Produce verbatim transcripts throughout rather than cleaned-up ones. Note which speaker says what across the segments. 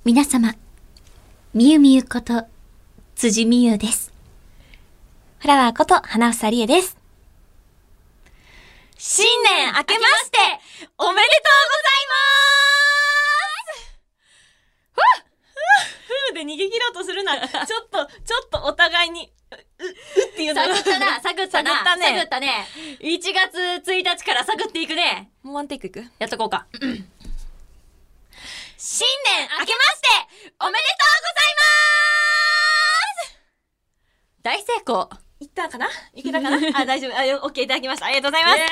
Speaker 1: 皆様、みゆみゆこと辻みゆです。
Speaker 2: フラワーこと花房理恵です。
Speaker 3: 新年明けましておめでとうございます。ふうで逃げ切ろうとするな。ちょっとちょっとお互いにううっていうのが
Speaker 1: 探ったな、探ったな、
Speaker 3: 探ったね
Speaker 1: 探ったね。いちがつついたちから探っていくね。
Speaker 2: もうワンテイクいく？
Speaker 1: やっとこうか。
Speaker 3: 新年明けましておめでとうございます。
Speaker 1: 大成功。
Speaker 3: いったかないけたかなあ、大丈夫。あ、オッケーいただきました。ありがとうございます。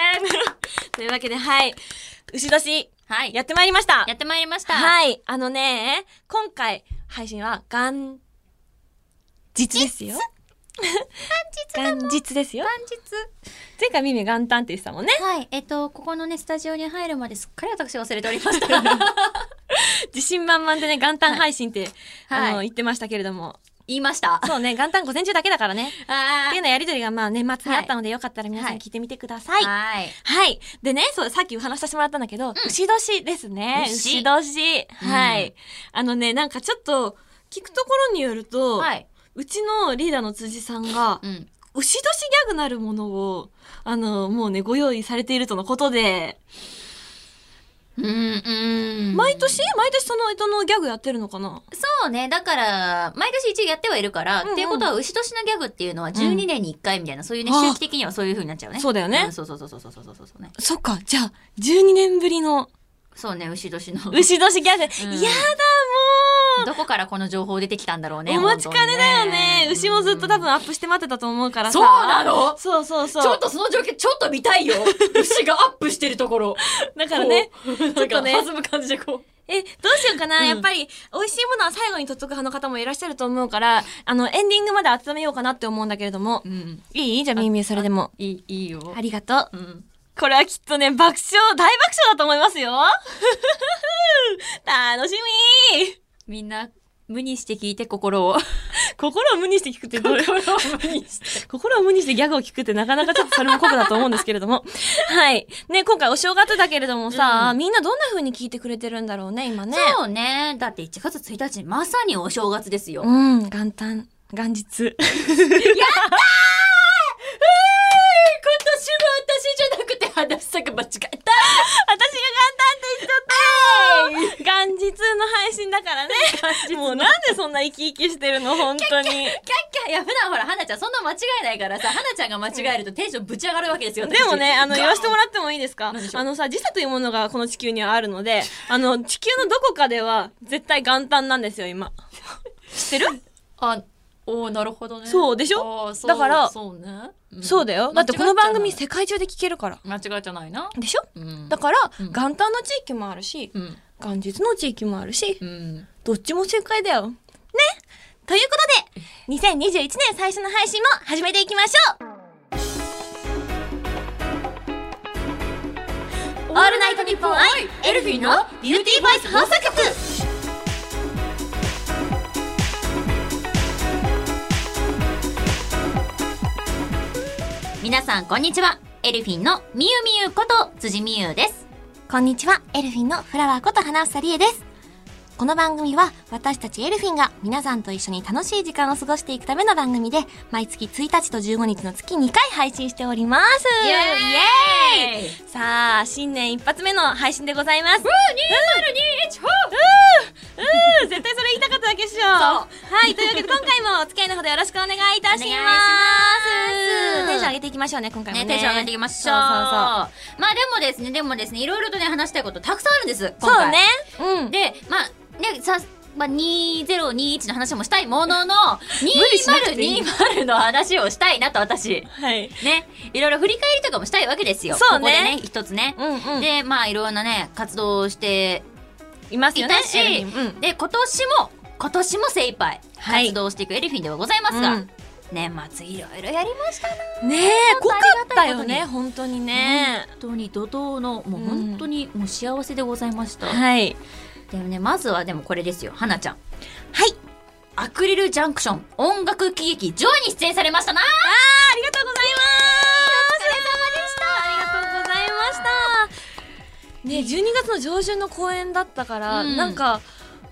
Speaker 3: というわけで、はい。牛年、
Speaker 1: はい。
Speaker 3: やってまいりました。
Speaker 1: やってまいりました。
Speaker 3: はい。あのね、今回、配信は、元日ですよ。元日ですよ。
Speaker 1: 元日。
Speaker 3: 前回ミミ元旦って言ってたもんね。
Speaker 1: はい。えっと、ここのね、スタジオに入るまですっかり私忘れておりました。
Speaker 3: 自信満々でね、元旦配信って、
Speaker 1: はい、
Speaker 3: あの、言ってましたけれども。
Speaker 1: 言いました。
Speaker 3: そうね、元旦午前中だけだからね。
Speaker 1: あ
Speaker 3: っていうのやりとりがまあ年末にあったので、よかったら皆さん聞いてみてください。
Speaker 1: はい。
Speaker 3: はい。でね、そう、さっきお話しさせてもらったんだけど、うん、牛年ですね。
Speaker 1: 牛,
Speaker 3: 牛年。はい、うん。あのね、なんかちょっと、聞くところによると、はい、うちのリーダーの辻さんが、うん、牛年ギャグなるものを、あの、もうね、ご用意されているとのことで、
Speaker 1: うんうん。
Speaker 3: 毎年毎年その干支のギャグやってるのかな。
Speaker 1: そうね。だから、毎年一応やってはいるから、うんうん、っていうことは、牛年のギャグっていうのはじゅうにねんにいっかいみたいな、うん、そういうね、周期的にはそういう風になっちゃうね。
Speaker 3: そうだよね。
Speaker 1: うん、そうそうそうそうそうそうそうね。
Speaker 3: そっか。じゃあ、じゅうにねんぶりの。
Speaker 1: そうね、牛年の。
Speaker 3: 牛年ギャグ。うん、やだ、もう。
Speaker 1: どこからこの情報出てきたんだろうね。
Speaker 3: お待ちかねだよね。牛もずっと多分アップして待ってたと思うからさ。
Speaker 1: そうなの？
Speaker 3: そうそうそう。
Speaker 1: ちょっとその状況、ちょっと見たいよ。牛がアップしてるところ。
Speaker 3: だからね、
Speaker 1: ちょっとね、弾む感じでこう。
Speaker 3: え、どうしようかな、うん、やっぱり、美味しいものは最後に取っとく派の方もいらっしゃると思うから、あの、エンディングまで集めようかなって思うんだけれども。うん、いい？じゃあ、みーみーそれでも。
Speaker 1: いい、いいよ。
Speaker 3: ありがとう。うん、これはきっとね、爆笑、大爆笑だと思いますよ。楽しみ。
Speaker 1: みんな、無にして聞いて心を。
Speaker 3: 心を無にして聞くってどういう？
Speaker 1: 心を無にして。
Speaker 3: 心を無にしてギャグを聞くってなかなかちょっとそれも酷だと思うんですけれども。はい。ね、今回お正月だけれどもさ、うん、みんなどんな風に聞いてくれてるんだろうね、今ね。
Speaker 1: そうね。だっていちがつついたち、まさにお正月ですよ。
Speaker 3: うん、元旦、元日。やったー
Speaker 1: 今年は私じゃなくて話したが間違えた。私が元旦って言っちゃったよ。
Speaker 3: 元日の配信だからね。もうなんでそんな生き生きしてるの本当に。キャッキャ
Speaker 1: キャッキャ。いや普段ほら花ちゃんそんな間違えないからさ、花ちゃんが間違えるとテンションぶち上がるわけですよ。
Speaker 3: でもね、あの言わせてもらってもいいですか？あのさ、時差というものがこの地球にはあるので、あの地球のどこかでは絶対元旦なんですよ今。知ってる？
Speaker 1: あ、おー、なるほどね。
Speaker 3: そうでしょ？だから、
Speaker 1: そうね。
Speaker 3: うん、そうだよ。だってこの番組世界中で聞けるから。
Speaker 1: 間違いじゃないな。
Speaker 3: でしょ？うん、だから、うん、元旦の地域もあるし、うん、元日の地域もあるし、うん、どっちも正解だよ。ね？ということで、にせんにじゅういちねん最初の配信も始めていきましょう。オールナイトニッポンアイエルフィンのビューティーボイス放送局。
Speaker 1: 皆さんこんにちは。エルフィンのみゆみゆこと辻みゆです。
Speaker 2: こんにちは。エルフィンのフラワーこと花房理恵です。この番組は私たちエルフィンが皆さんと一緒に楽しい時間を過ごしていくための番組で、毎月ついたちとじゅうごにちの月にかい配信しております。
Speaker 1: イエーイイエーイ。
Speaker 3: さあ、新年一発目の配信でございます。うー、に
Speaker 1: せんにじゅういち、ほ
Speaker 3: うー、うー、絶対それ言いたかっただけっしょ。そう。はい、というわけで今回もお付き合いのほどよろしくお願いいたします。お願いします。テンション上げていきましょうね、今回もね。
Speaker 1: ね、テンション上げていきましょう。そうそうそう。まあでもですね、でもですね、いろいろとね、話したいことたくさんあるんです、今回。
Speaker 3: そうね。
Speaker 1: うん。で、まあ、ね、さ、まあ、にせんにじゅういちの話もしたいものの、にせんにじゅうの話をしたいなと私。
Speaker 3: はい。
Speaker 1: ね。いろいろ振り返りとかもしたいわけですよ。
Speaker 3: そうね。
Speaker 1: ここでね、一つね。うんうん。で、まあ、いろんなね、活動をして
Speaker 3: いますよね。
Speaker 1: いたし、うん、で、今年も、今年も精一杯活動していくエルフィンではございますが、はい、年末いろいろやりましたな。
Speaker 3: ねえ、濃かったよね、本当にね。
Speaker 1: 本当に怒涛の、もう本当にもう幸せでございました。
Speaker 3: うん、はい。
Speaker 1: でもね、まずはでもこれですよ、花ちゃん。
Speaker 3: はい。
Speaker 1: アクリルジャンクション音楽喜劇ジョイに出演されましたな。あー、
Speaker 3: ありがとうございます。
Speaker 1: お疲れ様でした。
Speaker 3: ありがとうございました。ね、じゅうにがつの上旬の公演だったから、うん、なんか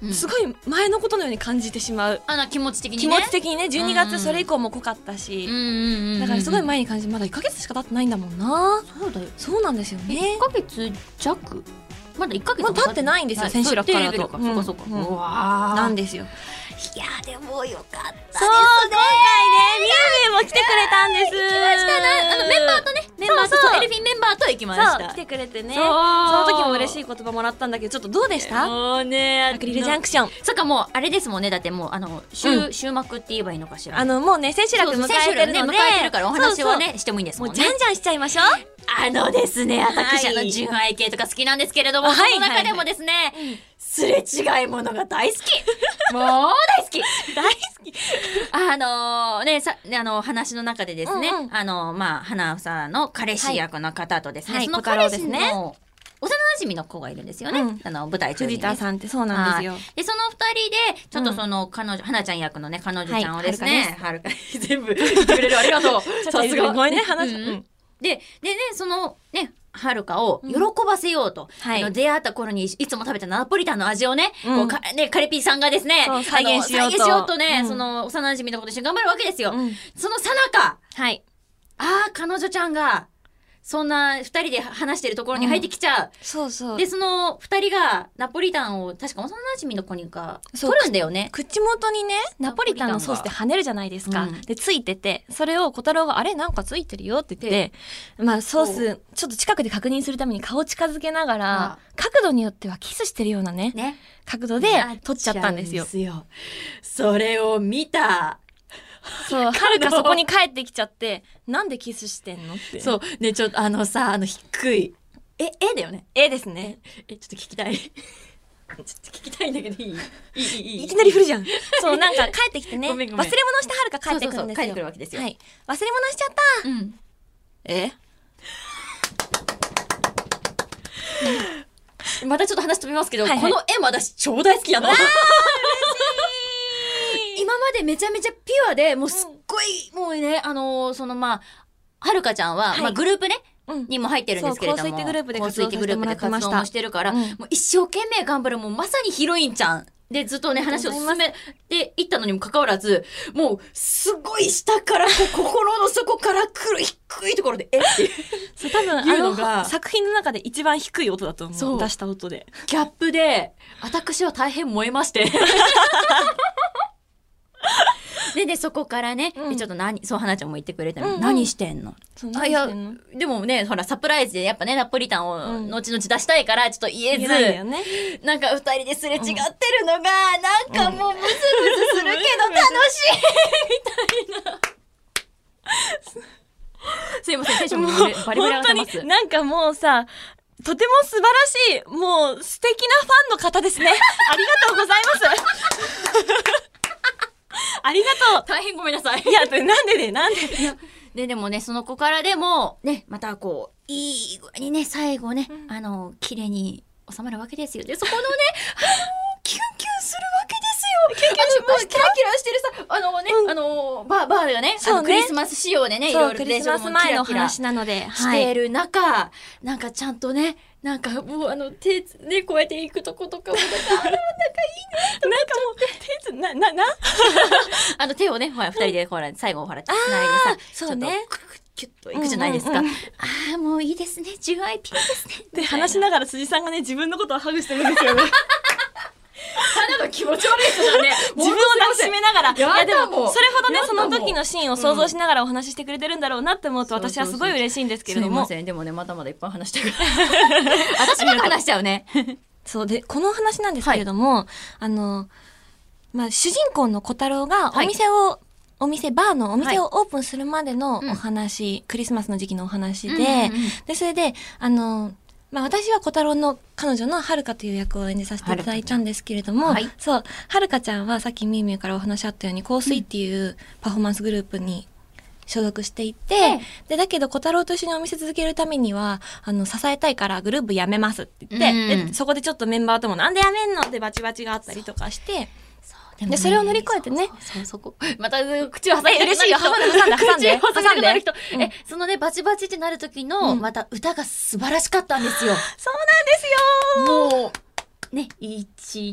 Speaker 3: すごい前のことのように感じてしまう。
Speaker 1: あの気持ち的にね。
Speaker 3: 気持ち的にね、じゅうにがつそれ以降も濃かったし、だからすごい前に感じて、まだいっかげつしか経ってないんだもんな。
Speaker 1: そうだよ。
Speaker 3: そうなんですよね。
Speaker 1: いっかげつ弱まだいっかげつも
Speaker 3: 経ってないんですよ、千秋楽からだと。
Speaker 1: そっかそっか。うわ
Speaker 3: なんですよ。
Speaker 1: いやでもよかったですね。
Speaker 3: そう、今回ね、みゆみゆも来てくれたんです。
Speaker 1: 行きましたな。あのメンバーとね、メンバーとエルフィンメンバーと行きました。
Speaker 3: そう、来てくれてね。その時も嬉しい言葉もらったんだけど、ちょっとどうでした？
Speaker 1: もうね、
Speaker 3: アクリルジャンクション。
Speaker 1: そっか、もうあれですもんね。だってもうあの終終幕って言えばいいのかしら。
Speaker 3: あのもうね、千秋楽迎えてるので、
Speaker 1: 迎えてるからお話をねしてもいいんですもんね。
Speaker 3: もうじゃんじゃんしちゃいましょう。
Speaker 1: あのですね、私あの純愛系とか好きなんですけれども、その中でもですね、すれ違いものが大好き。もう大好き。
Speaker 3: 大好き。
Speaker 1: あのね、さ、あの話の中でですね、あのまあ花房の彼氏役の方とですね、その彼氏の幼馴染の子がいるんですよね。あの舞台中に
Speaker 3: 藤田さんってそうなんですよ。
Speaker 1: でその二人でちょっとその彼女、花ちゃん役のね彼女ちゃんをですね、はるか全部言ってくれる、ありがとう。
Speaker 3: さすが。ごめんね、話。
Speaker 1: で、でね、そのね、はるかを喜ばせようと、うん、はい、あの出会った頃にいつも食べたナポリタンの味をね、うん、こうかね、カレピーさんがですね、
Speaker 3: 再現しようと、
Speaker 1: 再現しようとね、うん、その幼馴染のこと一緒に頑張るわけですよ。うん、そのさなか、はい、ああ、彼女ちゃんが、そんな二人で話してるところに入ってきちゃう。うん、
Speaker 3: そうそう。
Speaker 1: で、その二人がナポリタンを確か幼馴染の子にか取るんだよね。
Speaker 3: 口元にね、ナポリタンのソースで跳ねるじゃないですか。うん、で、ついてて、それを小太郎が、あれなんかついてるよって言って、まあソース、ちょっと近くで確認するために顔近づけながら、角度によってはキスしてるようなね、ね角度で撮っちゃったんですよ。
Speaker 1: ですよ。それを見た。
Speaker 3: そう、はるかそこに帰ってきちゃって、なんでキスしてんのって。
Speaker 1: そう、ね、ちょっとあのさ、あの低い。え、えだよね。
Speaker 3: えですね。
Speaker 1: え、ちょっと聞きたい。ちょっと聞きたいんだけどいい？いい、いい、いい。
Speaker 3: いきなり振るじゃん。そう、なんか帰ってきてね、忘れ物してはるか帰ってくるんですよ。
Speaker 1: そうそうそう、帰ってくるわけですよ。
Speaker 3: はい。忘れ物しちゃった。うん。え
Speaker 1: またちょっと話飛びますけど、はいはい、この絵私超大好きなの。今までめちゃめちゃピュアで、もうすっごい、もうね、あのー、そのまあ、はるかちゃんは、はい、まあグループね、うん、にも入ってるんですけれども、
Speaker 3: 香水ってグループで活動
Speaker 1: もしてるから、うん、もう一生懸命頑張る、もうまさにヒロインちゃん。で、ずっとね、話を進めていったのにもかかわらず、もう、すごい下から、こう心の底から来る低いところで、えっていう。
Speaker 3: そう、多分、あの、作品の中で一番低い音だと思う。そう。出した音で。
Speaker 1: ギャップで、私は大変燃えまして。でね、そこからね、うん、ちょっと何、そう、花ちゃんも言ってくれたの、うんうん、何してんの？あ、いや、でもね、ほら、サプライズでやっぱね、ナポリタンを後々出したいから、ちょっと言えず、うんね、なんか二人ですれ違ってるのが、うん、なんかもうムズムズするけど楽しい、みたいな。すいません、テンションバリバリ上がってます。
Speaker 3: なんかもうさ、とても素晴らしい、もう素敵なファンの方ですね。ありがとうございます。ありがとう。
Speaker 1: 大変ごめんなさい。
Speaker 3: いや、なんでね、なんで。
Speaker 1: で、でもね、その子からでも、ね、またこう、いい具合にね、最後ね、うん、あの、綺麗に収まるわけですよ。で、そこのね、あの、キュンキュンするわけですよ。キュンキュンしました。キラキラしてるさ、あのね、うん、あの、バー、バーがね、そうね、クリスマス仕様でね、いろいろ
Speaker 3: クリスマス前の話なので、
Speaker 1: してる中、はい、なんかちゃんとね、なんかもうあの手ねこうやっていくとことかもなんかあれはなんかいいねと
Speaker 3: なんかもう手ななな
Speaker 1: あの手をねほら二人でほら最後ほらつないでさそうねちょっとキュッといくじゃないですか、うんうんうん、ああもういいですね純愛ピンですね
Speaker 3: で話しながら辻さんがね自分のことをハグしてるんですよね
Speaker 1: ただの気持ち悪い人だね
Speaker 3: 自分を抱きしめながらいやでもそれほどねその時のシーンを想像しながらお話ししてくれてるんだろうなって思うと私はすごい嬉しいんですけれども、すいませ
Speaker 1: んでもねまだまだいっぱい話してる私ばっか話しちゃうね
Speaker 3: そうでこの話なんですけれども、はい、あのまあ主人公の小太郎がお店を、はいお店、バーのお店をオープンするまでのお話、はいうん、クリスマスの時期のお話で、うんうんうん、で、それで、あの、まあ、私は小太郎の彼女のはるかという役を演じさせていただいたんですけれども、はい、そう、はるかちゃんはさっきみゆみゆからお話あったように、香水っていうパフォーマンスグループに所属していて、うん、で、だけど小太郎と一緒にお店続けるためには、あの、支えたいからグループ辞めますって言って、うん、で、そこでちょっとメンバーともなんで辞めんのってバチバチがあったりとかして、で, ね、でそれを乗り越えてね
Speaker 1: そうそうそうまた口を挟んで
Speaker 3: 嬉しいよ挟んで挟んで挟んで
Speaker 1: 挟んで人、うん、えそのねバチバチってなる時の、うん、また歌が素晴らしかったんですよ
Speaker 3: そうなんですよ
Speaker 1: もうね一度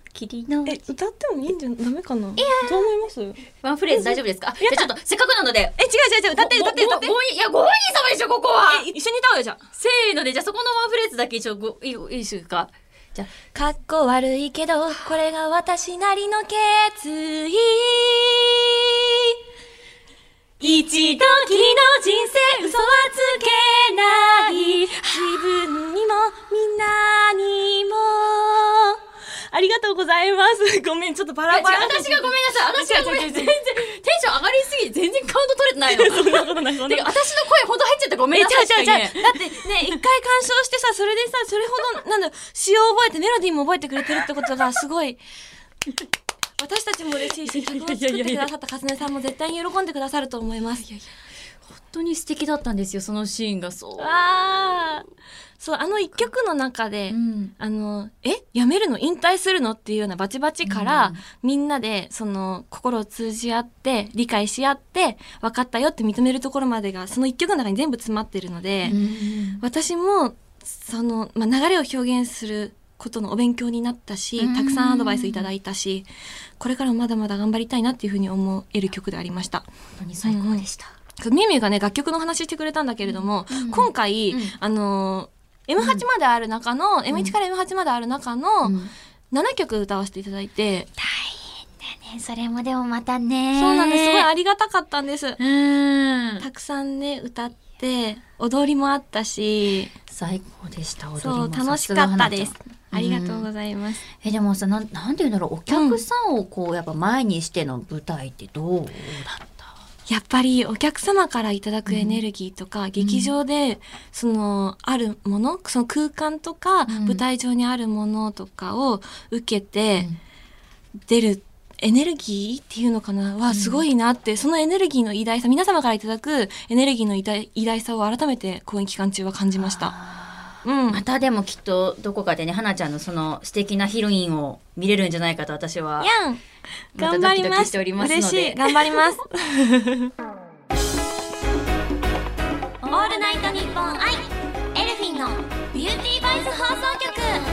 Speaker 1: 霧の
Speaker 3: え、歌ってもいいんじゃダメかな。いやどう思います？
Speaker 1: ワンフレーズ大丈夫ですか？じゃあちょっとせっかくなので。
Speaker 3: え、違う違う違う、歌って歌って歌って。
Speaker 1: ごいやご本人様でしょここは。
Speaker 3: え、一緒に歌おうよじゃあ。
Speaker 1: せーのでじゃあそこのワンフレーズだけ一応ごいいいですか？じゃあ
Speaker 2: かっこ悪いけどこれが私なりの決意。一時の人生嘘はつけない。自分にもみんなにも。ありがとうございます。ごめん、ちょっとバラバラ。
Speaker 1: 私がごめんなさい。私がごめん。全然、テンション上がりすぎて全然カウント取れてないの。
Speaker 3: そんなことない、そんなことない。
Speaker 1: 私の声ほど入っちゃってごめんなさい。
Speaker 3: ちゃうちゃうちゃう。だってね、一回鑑賞してさ、それでさ、それほど、なんだ、詩を覚えてメロディーも覚えてくれてるってことがすごい、私たちも嬉しいし、曲を作ってくださったかすねさんも絶対に喜んでくださると思います。いやいや、
Speaker 1: 本当に素敵だったんですよ、そのシーンが。そう。
Speaker 3: あー。そう、あの一曲の中で、うん、あの、えやめるの引退するのっていうようなバチバチから、うん、みんなで、その、心を通じ合って、理解し合って、分かったよって認めるところまでが、その一曲の中に全部詰まってるので、うん、私も、その、まあ、流れを表現することのお勉強になったし、うん、たくさんアドバイスいただいたし、これからもまだまだ頑張りたいなっていうふうに思える曲でありました。
Speaker 1: 本当に最高でした。
Speaker 3: うん、みゆみゆがね、楽曲の話してくれたんだけれども、うん、今回、うん、あの、エムはち まである中の、うん、エムワン から エムはち まである中のななきょく歌わせていただいて、
Speaker 1: 大変だね。それもでもまたね。
Speaker 3: そうなんです。すごいありがたかったんです。
Speaker 1: うん。
Speaker 3: たくさんね、歌って、踊りもあったし。
Speaker 1: 最高でした、踊りも。
Speaker 3: そう、楽しかったです。ありがとうございます。
Speaker 1: え、でもさ、なん、なんて言うんだろう、お客さんをこう、やっぱ前にしての舞台ってどうだった？
Speaker 3: やっぱりお客様からいただくエネルギーとか、うん、劇場でそのあるもの、その空間とか、うん、舞台上にあるものとかを受けて出るエネルギーっていうのかなはすごいなって、うん、そのエネルギーの偉大さ、皆様からいただくエネルギーの偉大、偉大さを改めて公演期間中は感じました。
Speaker 1: うん、またでもきっとどこかでね、花ちゃんのその素敵なヒロインを見れるんじゃないかと私は
Speaker 3: やん頑張ります。嬉しい。頑張ります。
Speaker 2: オールナイトニッポン愛エルフィンのビューティーバイス放送局。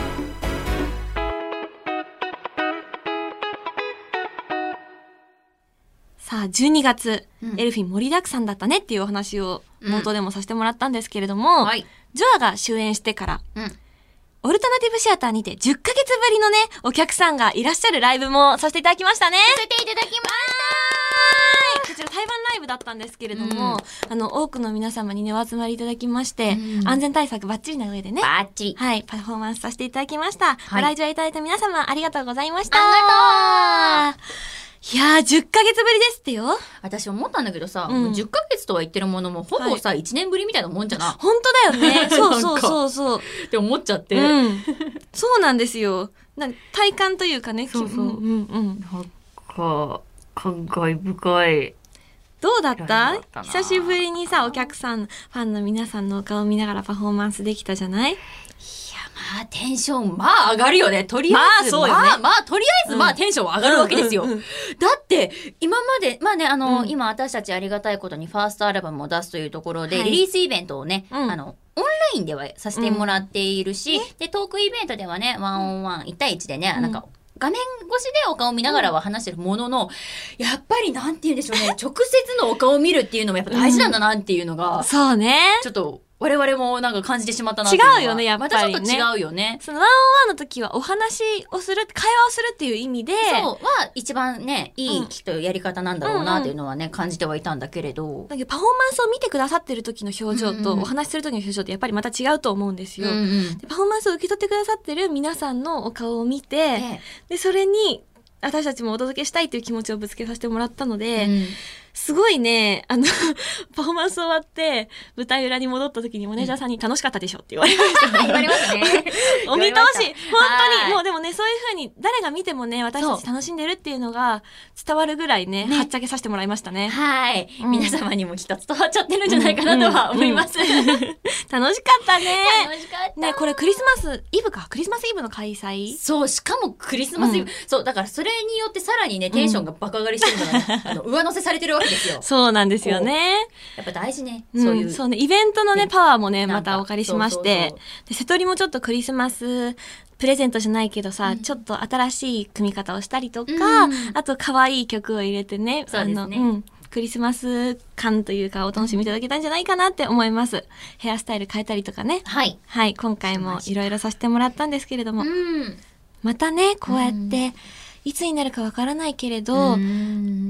Speaker 3: さあじゅうにがつ、うん、エルフィン盛りだくさんだったねっていうお話を冒頭でもさせてもらったんですけれども、うんはい、ジョアが終演してから、うん、オルタナティブシアターにてじゅっかげつぶりのね、お客さんがいらっしゃるライブもさせていただきましたね。
Speaker 1: させていただきました。
Speaker 3: こちら対バンライブだったんですけれども、うん、あの多くの皆様にねお集まりいただきまして、うん、安全対策バッチリな上でね、
Speaker 1: バッチリ
Speaker 3: はいパフォーマンスさせていただきました。はい、ご来場いただいた皆様ありがとうございました。
Speaker 1: ありがとう。
Speaker 3: いやーじゅっかげつぶりですってよ。
Speaker 1: 私思ったんだけどさ、うん、じゅっかげつとは言ってるものもほぼさ、はい、いちねんぶりみたいなもんじゃな。
Speaker 3: 本当だよね。そうそうそうそう
Speaker 1: って思っちゃって、
Speaker 3: うん、そうなんですよ。なんか体感というかね。
Speaker 1: そうそう、うんうん、なんか感慨深い。
Speaker 3: どうだった？久しぶりにさお客さんファンの皆さんのお顔を見ながらパフォーマンスできたじゃない？いや
Speaker 1: まあテンションまあ上がるよね。とりあえずまあ、ね、まあ、まあとりあえずまあ、うん、テンション上がるわけですよ、うんうんうん、だって今までまあねあの、うん、今私たちありがたいことにファーストアルバムを出すというところで、はい、リリースイベントをね、うん、あのオンラインではさせてもらっているし、うん、でトークイベントではねワンオンワンいち対いちでね、うん、なんか画面越しでお顔見ながらは話してるものの、うん、やっぱりなんて言うんでしょうね直接のお顔を見るっていうのもやっぱ大事なんだなっていうのが、
Speaker 3: うん、そうね
Speaker 1: ちょっと我々もなんか感じてしまったなっていうのは
Speaker 3: 違うよねやっぱりね。
Speaker 1: またちょっと違うよね。
Speaker 3: そのワンオンワンの時はお話をする会話をするっていう意味で
Speaker 1: そうは一番ねいいきっとやり方なんだろうなっていうのはね、うんうん、感じてはいたんだけれど、
Speaker 3: だけどパフォーマンスを見てくださってる時の表情と、うんうん、お話しする時の表情ってやっぱりまた違うと思うんですよ、うんうん、でパフォーマンスを受け取ってくださってる皆さんのお顔を見て、ええ、でそれに私たちもお届けしたいという気持ちをぶつけさせてもらったので、うん、すごいねあのパフォーマンス終わって舞台裏に戻った時にマネージャーさんに楽しかったでしょって言われました、ね、
Speaker 1: 言われますね
Speaker 3: お見通し本当にもうでもねそういう風に誰が見てもね私たち楽しんでるっていうのが伝わるぐらい ね, ねはっちゃけさせてもらいましたね。
Speaker 1: はい、うん、皆様にもきっと伝わっちゃってるんじゃないかなとは思います、うんうんうん、
Speaker 3: 楽しかったね。
Speaker 1: 楽しかった
Speaker 3: ね。これクリスマスイブかクリスマスイブの開催。
Speaker 1: そうしかもクリスマスイブ、うん、そうだからそれによってさらにねテンションが爆上がりしてるんだね、うん、あの上乗せされてるわけいですよ。
Speaker 3: そうなんですよね。
Speaker 1: やっぱ大事ね。
Speaker 3: うん、
Speaker 1: そういう。
Speaker 3: そうね。イベントのね、
Speaker 1: ね
Speaker 3: パワーもね、またお借りしまして。そうそうそうで、瀬戸りもちょっとクリスマスプレゼントじゃないけどさ、うん、ちょっと新しい組み方をしたりとか、うん、あと可愛い曲を入れてね、
Speaker 1: そうですね。
Speaker 3: あの、うん、クリスマス感というかお楽しみいただけたんじゃないかなって思います。ヘアスタイル変えたりとかね。
Speaker 1: はい。
Speaker 3: はい、今回もいろいろさせてもらったんですけれども、
Speaker 1: うん、
Speaker 3: またね、こうやって、いつになるかわからないけれど、うん、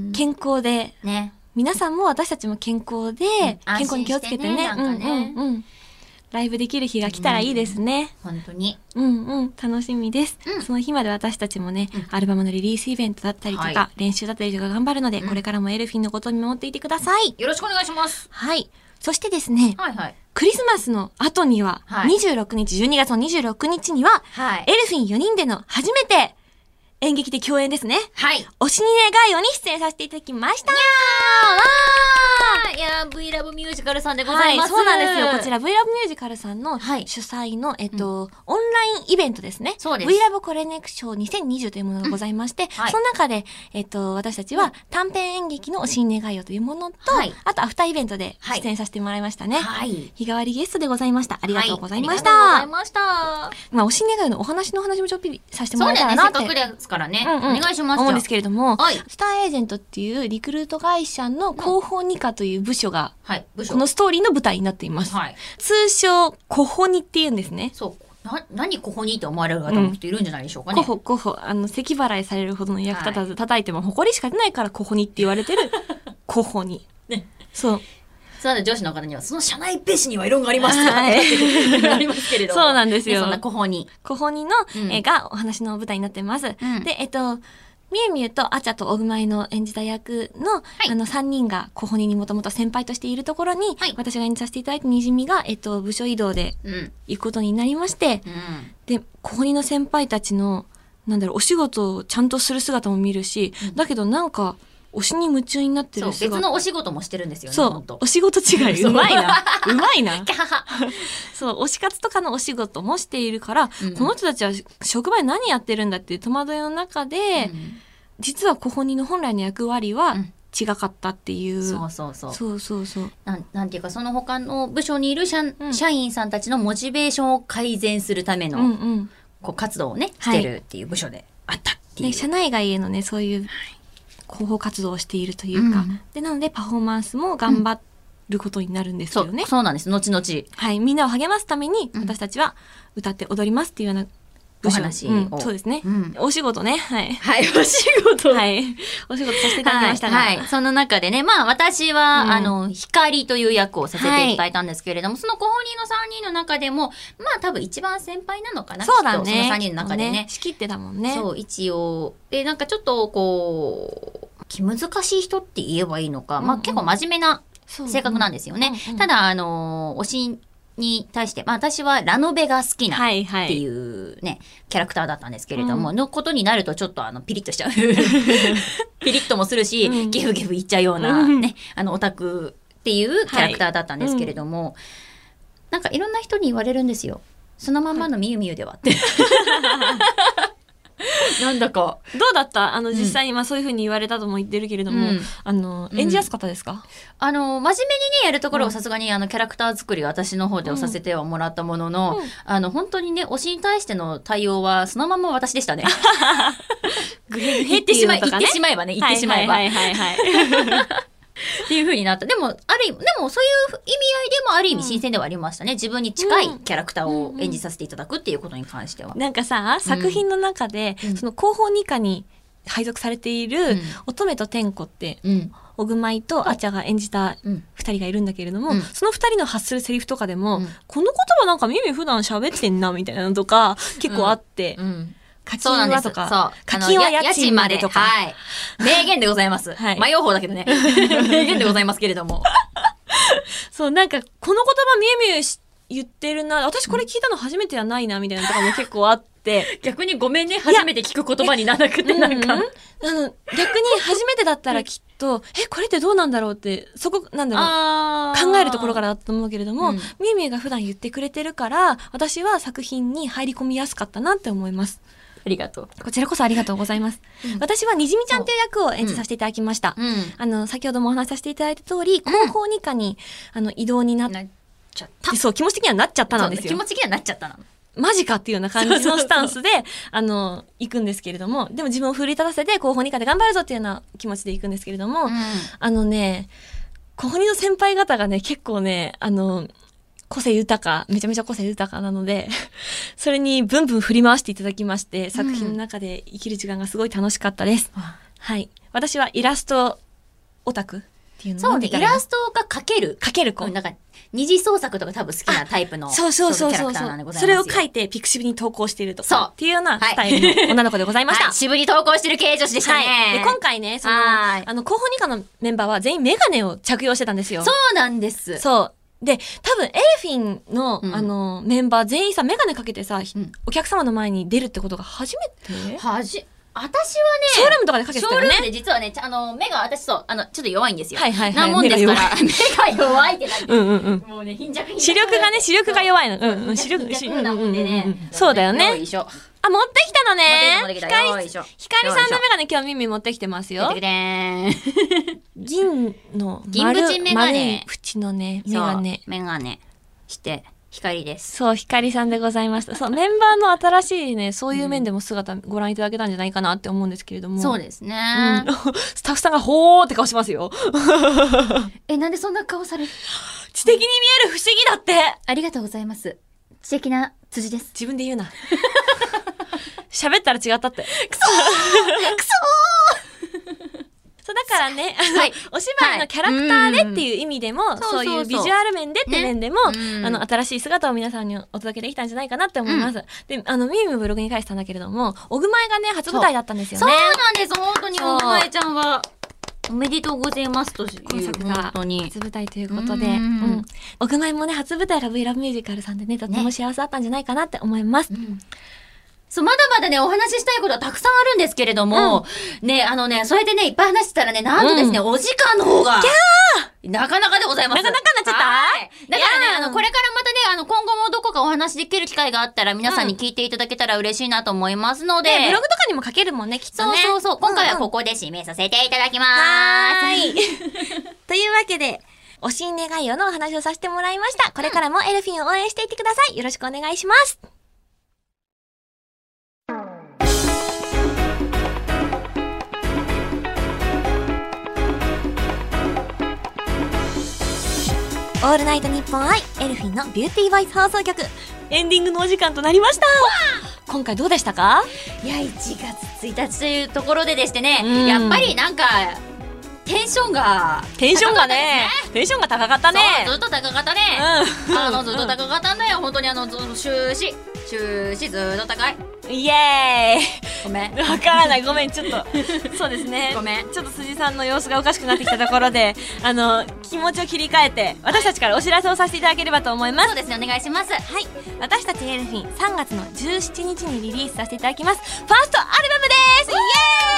Speaker 3: 健康で、
Speaker 1: ね、
Speaker 3: 皆さんも私たちも健康で、うん、健康に気をつけてね、
Speaker 1: ねなんかね、
Speaker 3: うんうんうん、ライブできる日が来たらいいですね。
Speaker 1: うん、本当に。
Speaker 3: うんうん、楽しみです。
Speaker 1: うん、
Speaker 3: その日まで私たちもね、うん、アルバムのリリースイベントだったりとか、はい、練習だったりとか頑張るので、うん、これからもエルフィンのことを見守っていてください。
Speaker 1: よろしくお願いします。
Speaker 3: はい。そしてですね、
Speaker 1: はいはい、
Speaker 3: クリスマスの後には、はい、にじゅうろくにち、じゅうにがつのにじゅうろくにちには、はい、エルフィンよにんでの初めて演劇で共演ですね。
Speaker 1: はい。
Speaker 3: 推しに願いをに出演させていただきました。
Speaker 1: いやー、V ラブミュージカルさんでございます。
Speaker 3: はい、そうなんですよ。こちら V ラブミュージカルさんの主催の、はい、えっと、うん、オンラインイベントですね。
Speaker 1: そうです。
Speaker 3: V ラブコレネクションにせんにじゅうというものがございまして、うんはい、その中で、えっと、私たちは短編演劇の推しに願いをというものと、はい、あとアフターイベントで出演させてもらいましたね。はい。日替わりゲストでございました。ありがとうございました。
Speaker 1: はい、ありがとうございました。
Speaker 3: まあ、推しに願いのお話の話もちょっぴりさせてもらえたらなって。
Speaker 1: そうだね、せっかくですからね。
Speaker 3: うんうん、
Speaker 1: お願いします。
Speaker 3: 思うんですけれども、
Speaker 1: はい、
Speaker 3: スターエージェントっていうリクルート会社の広報に課という部署が、
Speaker 1: はい、部署
Speaker 3: このストーリーの舞台になっています。はい、通称、コホニって言うんですね。
Speaker 1: そう。な、何コホニって思われる方も人いるんじゃないでしょうかね。
Speaker 3: コホ、コホ。あの、咳払いされるほどの役立たず、はい、叩いても埃しか出ないからコホニって言われてる、コホニ。ね。そう。
Speaker 1: そうなんで上司の方には、その社内ページには異論がありますとかってありますけれども。
Speaker 3: そうなんですよ。
Speaker 1: そんなコホニ。
Speaker 3: コホニの、うん、えがお話の舞台になってます。うん、で、えっと、みゆみゆとあちゃとおぐまいの演じた役の、はい、あのさんにんがコホニにもともと先輩としているところに、はい、私が演じさせていただいたにじみが、えっと、部署移動で行くことになりまして、うん、で、コホニの先輩たちの、なんだろう、お仕事をちゃんとする姿も見るし、うん、だけどなんか、推しに夢中になってる
Speaker 1: 姿。そう、別のお仕事もしてるんですよね、
Speaker 3: そう、お仕事違い。うまいな。うまいな。そう、推し活とかのお仕事もしているから、うん、この人たちは職場で何やってるんだっていう戸惑いの中で、うん、実はコホニの本来の役割は違かったっていう。うん、
Speaker 1: そうそうそう。
Speaker 3: そうそうそう。
Speaker 1: なん、なんていうか、その他の部署にいる社、うん、社員さんたちのモチベーションを改善するための、うんうん、こう活動をね、してるっていう部署であったっていう。
Speaker 3: ね、社内外へのね、そういう、はい広報活動をしているというか、うん、でなのでパフォーマンスも頑張ることになるんですよね、うん、
Speaker 1: そう、そうなんです。後々
Speaker 3: はいみんなを励ますために私たちは歌って踊りますっていうような
Speaker 1: お話を、うん、
Speaker 3: そうですね、うん、お仕事ねはい
Speaker 1: はいお仕事
Speaker 3: はいお仕事させていただきましたが、
Speaker 1: はいはい、その中でねまあ私は、うん、あの光という役をさせていただいたんですけれども、はい、そのコホニのさんにんの中でもまあ多分一番先輩なのかな
Speaker 3: そうだね
Speaker 1: そのさんにんの中でね
Speaker 3: 仕切ってたもんね
Speaker 1: そう一応でなんかちょっとこう気難しい人って言えばいいのか、うんうん、まあ結構真面目な性格なんですよね、うんうん、ただあの推しに対して、まあ私はラノベが好きなっていうね、はいはい、キャラクターだったんですけれども、うん、のことになるとちょっとあのピリッとしちゃう。ピリッともするし、うん、ゲフゲフいっちゃうようなね、あのオタクっていうキャラクターだったんですけれども、はいうん、なんかいろんな人に言われるんですよ。そのまんまのみゆみゆではって。なんだか
Speaker 3: どうだったあの実際に、うん、まあそういう風に言われたとも言ってるけれども、うん、あの演じやすかったですか、うん、
Speaker 1: あの真面目にねやるところをさすがにあのキャラクター作り私の方でをさせてはもらったものの、うん、あの本当にね推しに対しての対応はそのまま私でしたね。言ってしまえ言ってしまえばね言ってしまえば。はいはいはいはいはい。っていう風になった。でも、ある意味、でもそういう意味合いでもある意味新鮮ではありましたね。自分に近いキャラクターを演じさせていただくっていうことに関しては。
Speaker 3: なんかさ、作品の中で、うん、その広報に課に配属されている、うん、乙女と天子って、うん、おぐまいとあちゃが演じた二人がいるんだけれども、うん、その二人の発するセリフとかでも、うん、この言葉なんか耳普段喋ってんな、みたいなのとか、結構あって、うんうん課金はとか、課金は家賃までとか。
Speaker 1: はい。名言でございます。はい。迷う方だけどね。名言でございますけれども。
Speaker 3: そう、なんか、この言葉みゆみゆ言ってるな、私これ聞いたの初めてはないな、みたいなとかも結構あって。
Speaker 1: 逆にごめんね、初めて聞く言葉にならなくて、なんか。うん、あの、
Speaker 3: 逆に初めてだったらきっと、え、これってどうなんだろうって、そこ、なんだろう、考えるところからだと思うけれども、うん、みゆみゆが普段言ってくれてるから、私は作品に入り込みやすかったなって思います。
Speaker 1: ありがとう。
Speaker 2: こちらこそありがとうございます。うん、私はにじみちゃんという役を演じさせていただきました。うん、あの、先ほどもお話しさせていただいた通り、広報二課に、あの、異動になっちゃった。そう、気持ち的にはなっちゃったなんですよ。
Speaker 1: 気持ち的にはなっちゃったなの。
Speaker 2: マジかっていうような感じのスタンスで、あの、行くんですけれども、でも自分を奮い立たせて、広報二課で頑張るぞっていうような気持ちで行くんですけれども、うん、あのね、広報二の先輩方がね、結構ね、あの、個性豊か、めちゃめちゃ個性豊かなので、それにブンブン振り回していただきまして、作品の中で生きる時間がすごい楽しかったです。うん、はい。私はイラストオタクっていうのを
Speaker 1: そうね、イラストが描ける。
Speaker 2: 描ける子。
Speaker 1: うん、なんか、二次創作とか多分好きなタイプの
Speaker 2: そうそうそうそう
Speaker 1: キャラクターなんでございます。
Speaker 2: それを書いてピクシブに投稿しているとか。
Speaker 1: そう。
Speaker 2: っていうようなスタイルの女の子でございました。
Speaker 1: はい、渋に投稿してる系女子でしたね。
Speaker 2: はい。で、今回ね、その、あの、広報二課のメンバーは全員メガネを着用してたんですよ。
Speaker 1: そうなんです。
Speaker 2: そう。で、多分エルフィンの、うん、あの、メンバー全員さ、メガネかけてさ、うん、お客様の前に出るってことが初めて
Speaker 1: はじ、私はね、
Speaker 2: ショールームとかでかけてたよね。
Speaker 1: ショールームで実はね、あの、目が私そう、あの、ちょっと弱いんですよ。
Speaker 2: はいはいはい。
Speaker 1: なもんですから、目が弱いってなって。
Speaker 2: うんうんうん。
Speaker 1: もうね、貧弱貧弱。
Speaker 2: 視力がね、視力が弱いの。うんうん、視力、視力なもんでね。そうだよね。
Speaker 1: よいしょ。
Speaker 2: あ、持ってきたのね。
Speaker 1: 持ってきた、持ってきた。
Speaker 2: ひかりさんのメガネ今日耳持ってきてますよ。
Speaker 1: 持ってきてー。
Speaker 2: 銀の
Speaker 1: 銀縁メガネ。
Speaker 2: 縁のね、メガネ。
Speaker 1: メガネして、光です。
Speaker 2: そう、光さんでございました。そう、メンバーの新しいね、そういう面でも姿ご覧いただけたんじゃないかなって思うんですけれども。
Speaker 1: そうですね。
Speaker 2: うん、スタッフさんがほーって顔しますよ。
Speaker 1: え、なんでそんな顔される？
Speaker 2: 知的に見える不思議だって。
Speaker 1: ありがとうございます。知的な辻です。
Speaker 2: 自分で言うな。喋ったら違ったって。くそーくそーそうだからね、はい、お芝居のキャラクターでっていう意味でも、はい、そういうビジュアル面でって面でも、ね、あの新しい姿を皆さんにお届けできたんじゃないかなって思います。うん、で、あのミームブログに返したんだけれども、おぐまえがね初舞台だったんですよね。
Speaker 1: そうなんです。本当におぐまえちゃんはおめでとうございますという
Speaker 2: 今作が初舞台ということで、うん、おぐまえもね初舞台が V ラブミュージカルさんでねとっても幸せだったんじゃないかなって思います。ね、うん
Speaker 1: そう、まだまだね、お話ししたいことはたくさんあるんですけれども、うん、ね、あのね、それでね、いっぱい話してたらね、なんとですね、うん、お時間の方が、なかなかでございます。
Speaker 2: なかなかなっちゃったはい。
Speaker 1: だからね、あの、これからまたね、あの、今後もどこかお話できる機会があったら、皆さんに聞いていただけたら嬉しいなと思いますので。
Speaker 2: ね、ブログとかにも書けるもんね、きっとね。
Speaker 1: そうそうそう。今回はここで締めさせていただきまーす。
Speaker 2: はい。というわけで、おしん願いよのお話をさせてもらいました。これからもエルフィンを応援していってください。よろしくお願いします。オールナイトニッポン愛エルフィンのビューティーボイス放送局エンディングのお時間となりました。今回どうでしたか？
Speaker 1: いやいちがつついたちというところででしてね、やっぱりなんかテンションが
Speaker 2: テンションがねテンションが高かったね。
Speaker 1: そうずっと高かったね、うん、あのずっと高かったんだよ本当に。あの終始終始ずっと高い。
Speaker 2: イエーイ。
Speaker 1: ごめん
Speaker 2: わからないごめんちょっとそうですね
Speaker 1: ごめん
Speaker 2: ちょっと辻さんの様子がおかしくなってきたところであの気持ちを切り替えて私たちからお知らせをさせていただければと思います。
Speaker 1: そうですねお願いします。
Speaker 2: はい私たちエルフィンさんがつのじゅうしちにちにリリースさせていただきますファーストアルバムです。イエーイわ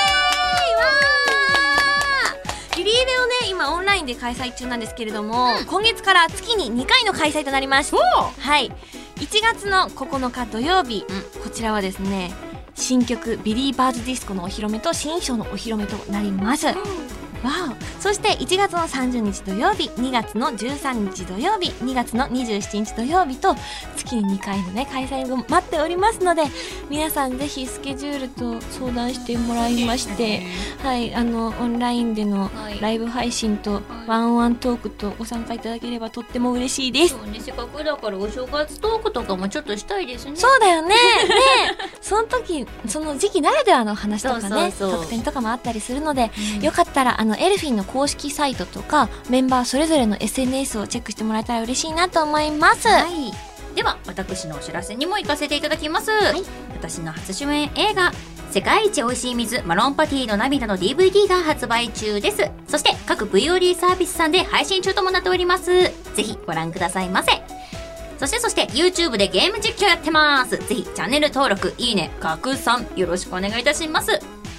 Speaker 2: ーリリーベをね今オンラインで開催中なんですけれども、うん、今月から月ににかいの開催となります。はいいちがつのここのか土曜日、うん、こちらはですね新曲ビリーバーズディスコのお披露目と新衣装のお披露目となります。わおそしていちがつのさんじゅうにち土曜日にがつのじゅうさんにち土曜日にがつのにじゅうしちにち土曜日と月ににかいのね開催を待っておりますので皆さんぜひスケジュールと相談してもらいましてはいあのオンラインでのライブ配信とワンワントークとご参加いただければとっても嬉しいです。
Speaker 1: そうねせっかくだからお正月トークとかもちょっとしたいですね。
Speaker 2: そうだよねねその時その時期ならではの話とかね特典とかもあったりするので、うん、よかったらあのエルフィンの公式サイトとかメンバーそれぞれの エスエヌエス をチェックしてもらえたら嬉しいなと思います。
Speaker 1: はい、では私のお知らせにも行かせていただきます。はい、私の初主演映画世界一おいしい水マロンパティの涙の ディーブイディー が発売中です。そして各 ブイオーディー サービスさんで配信中ともなっております。ぜひご覧くださいませ。そしてそして YouTube でゲーム実況やってます。ぜひチャンネル登録いいね拡散よろしくお願いいたします。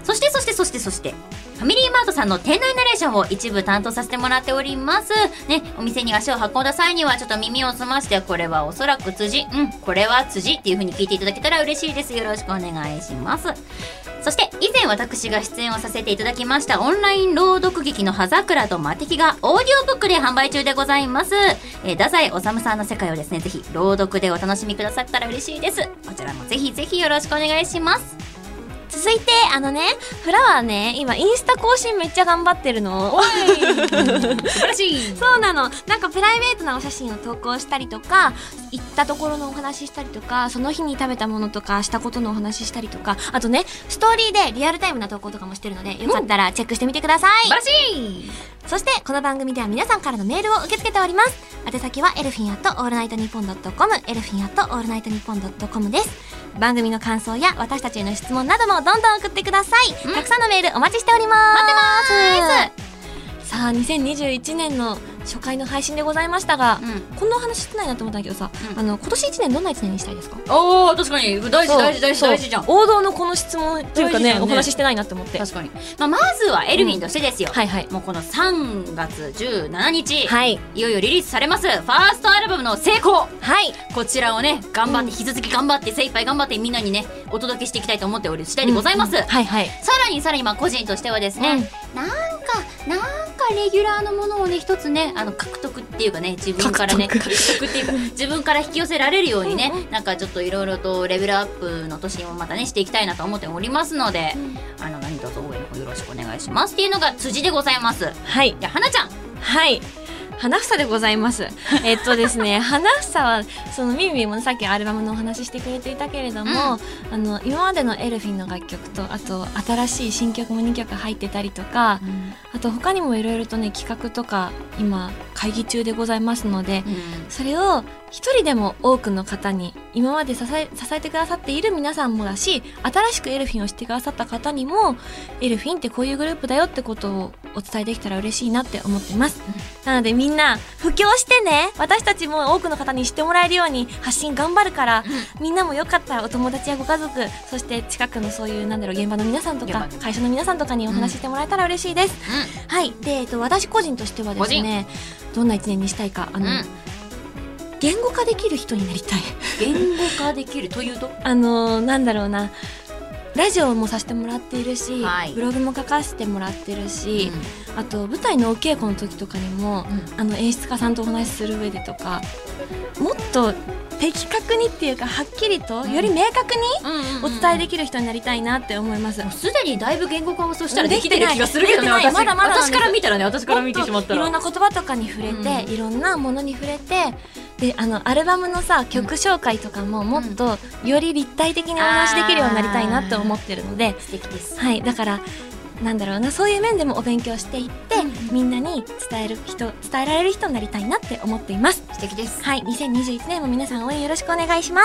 Speaker 1: そしてそしてそしてそしてファミリーマートさんの店内ナレーションを一部担当させてもらっておりますね。お店に足を運んだ際にはちょっと耳を澄まして、これはおそらく辻、うんこれは辻っていう風に聞いていただけたら嬉しいです。よろしくお願いします。そして以前私が出演をさせていただきましたオンライン朗読劇の葉桜と魔敵がオーディオブックで販売中でございます。えー、太宰治さんの世界をですね、ぜひ朗読でお楽しみくださったら嬉しいです。こちらもぜひぜひよろしくお願いします。
Speaker 2: 続いて、あのね、フラワーね、今インスタ更新めっちゃ頑張ってるの。
Speaker 1: おい素晴らしい。
Speaker 2: そうなの。なんかプライベートなお写真を投稿したりとか、行ったところのお話ししたりとか、その日に食べたものとかしたことのお話ししたりとか、あとね、ストーリーでリアルタイムな投稿とかもしてるので、よかったらチェックしてみてください。
Speaker 1: 素晴らしい。
Speaker 2: そしてこの番組では皆さんからのメールを受け付けております。宛先はエルフィンアットオールナイトニッポンドットコム、エルフィンアットオールナイトニッポンドットコムです。番組の感想や私たちへの質問などもどんどん送ってください。たくさんのメールお待ちしております。
Speaker 1: 待ってます。
Speaker 2: さあにせんにじゅういちねんの初回の配信でございましたが、うん、こんなお話してないなと思ったんだけどさ、うん、あの今年いちねんどんないちねんにしたいですか？
Speaker 1: おー確かに大事大事大事大事じゃん。
Speaker 2: 王道のこの質問っていうか ね, ねお話ししてないなって思って。
Speaker 1: 確かに、まあ、まずはエルフィンとしてですよ、
Speaker 2: うん、はいはい、
Speaker 1: もうこのさんがつじゅうしちにち、
Speaker 2: はい、
Speaker 1: いよいよリリースされますファーストアルバムの成功、
Speaker 2: はい、
Speaker 1: こちらをね頑張って、うん、引き続き頑張って精一杯頑張ってみんなにねお届けしていきたいと思っておる次第でございます、うんうん、
Speaker 2: はいはい、
Speaker 1: さらにさらにまあ個人としてはですね、うん、なんかなんかレギュラーのものをね一つねあの獲得っていうかね自分からね獲得っていうか自分から引き寄せられるようにねなんかちょっといろいろとレベルアップの年にもまたねしていきたいなと思っておりますので、うん、あの何卒応援の方よろしくお願いしますっていうのが辻でございます。
Speaker 2: はい、
Speaker 1: じゃあ花ちゃん。
Speaker 2: はい、花房でございます。えっとですね花房はそのミミもさっきアルバムのお話ししてくれていたけれども、うん、あの今までのエルフィンの楽曲とあと新しい新曲もにきょく入ってたりとか、うん、あと他にもいろいろとね企画とか今会議中でございますので、うん、それを一人でも多くの方に今まで支え、支えてくださっている皆さんもだし、新しくエルフィンを知ってくださった方にもエルフィンってこういうグループだよってことをお伝えできたら嬉しいなって思ってます、うん、なのでみんな布教してね、私たちも多くの方に知ってもらえるように発信頑張るから、うん、みんなもよかったらお友達やご家族、そして近くのそういうなんだろう現場の皆さんとか会社の皆さんとかにお話ししてもらえたら嬉しいです、うん、はい。で、えっと、私個人としてはですねどんないちねんにしたいか、あの、うん、言語化できる人になりたい。
Speaker 1: 言語化できるというと
Speaker 2: あのなんだろうな、ラジオもさせてもらっているし、
Speaker 1: はい、
Speaker 2: ブログも書かせてもらってるし、うん、あと舞台のお稽古の時とかにも、うん、あの演出家さんとお話しする上でとかもっと的確にっていうかはっきりと、うん、より明確にお伝えできる人になりたいなって思います。
Speaker 1: もうすでにだいぶ言語化をそしたらできてる気がするけどね、私
Speaker 2: まだまだ
Speaker 1: 私から見たらね私から見てしまったら
Speaker 2: いろんな言葉とかに触れて、うん、いろんなものに触れて、であのアルバムのさ曲紹介とかももっとより立体的にお話しできるようになりたいなって思ってるので、
Speaker 1: 素敵です。
Speaker 2: はい、だからなんだろうな、そういう面でもお勉強していって、うん、みんなに伝える人伝えられる人になりたいなって思っています。
Speaker 1: 素敵です。
Speaker 2: はい、にせんにじゅういちねんも皆さん応援よろしくお願いします。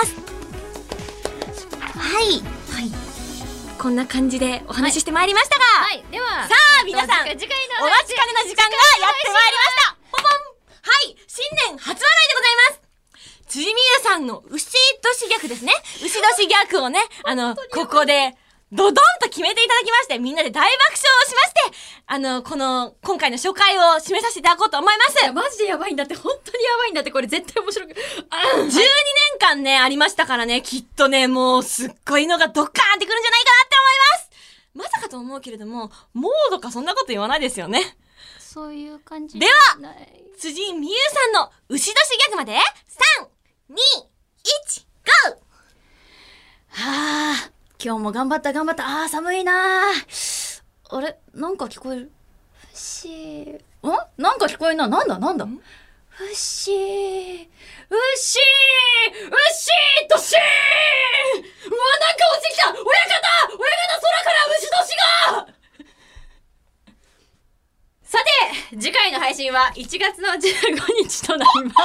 Speaker 2: はい、はい、こんな感じでお話ししてまいりましたが、
Speaker 1: はいはい、では
Speaker 2: さあ皆さんお待ちかねの時間がやってまいりました。ポポン。はい、新年初笑いでございます。辻美優さんの牛年ギャグですね。牛年ギャグをね、あの、ここで、ドドンと決めていただきまして、みんなで大爆笑をしまして、あの、この、今回の初回を締めさせていただこうと思います。
Speaker 1: いや、マジでやばいんだって、本当にやばいんだって、これ絶対面白く。
Speaker 2: じゅうにねんかんね、ありましたからね、きっとね、もう、すっごいのがドッカーンってくるんじゃないかなって思います。まさかと思うけれども、モードかそんなこと言わないですよね。
Speaker 1: そういう感じ。
Speaker 2: では、辻美優さんの牛年ギャグまで、さん、に、いち、ゴー！
Speaker 1: はぁ、今日も頑張った頑張った。あー寒いなー。あれなんか聞こえる。ふしー。んなんか聞こえるな。なんだなんだふしー。うっしー。うっしーとしー。うわ、なんか落ちてきた。親方親方、空から牛年がさて、次回の配信はいちがつのじゅうごにちとなります。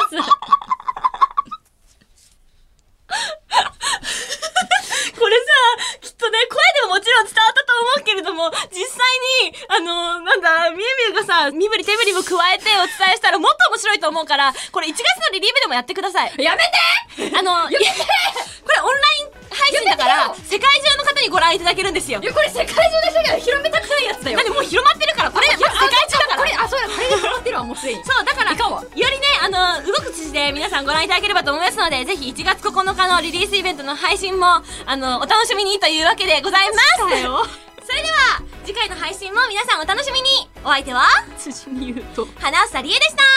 Speaker 2: これさ、きっとね、声でももちろん伝わったと思うけれども、実際に、あのー、なんだ、みゆみゆがさ、身振り手振りも加えてお伝えしたらもっと面白いと思うから、これいちがつのリリーベでもやってください。
Speaker 1: やめて
Speaker 2: あの、やめてこれオンライン配信
Speaker 3: んだから、世界中の方にご覧いただけるんですよ。
Speaker 1: いや、これ世界中の人が広めたくないやつだよ。
Speaker 3: だってもう広まってるから、これ、まず世界中だから。
Speaker 1: これ、あ、そうだ、これで広まってるわ、もうすでに。
Speaker 3: そう、だから、よりね、あの、動く辻で皆さんご覧いただければと思いますので、ぜひいちがつここのかのリリースイベントの配信も、あの、お楽しみにというわけでございます。それでは、次回の配信も皆さんお楽しみに。お相手は、
Speaker 1: 辻に言うと、
Speaker 3: 花房理恵でした。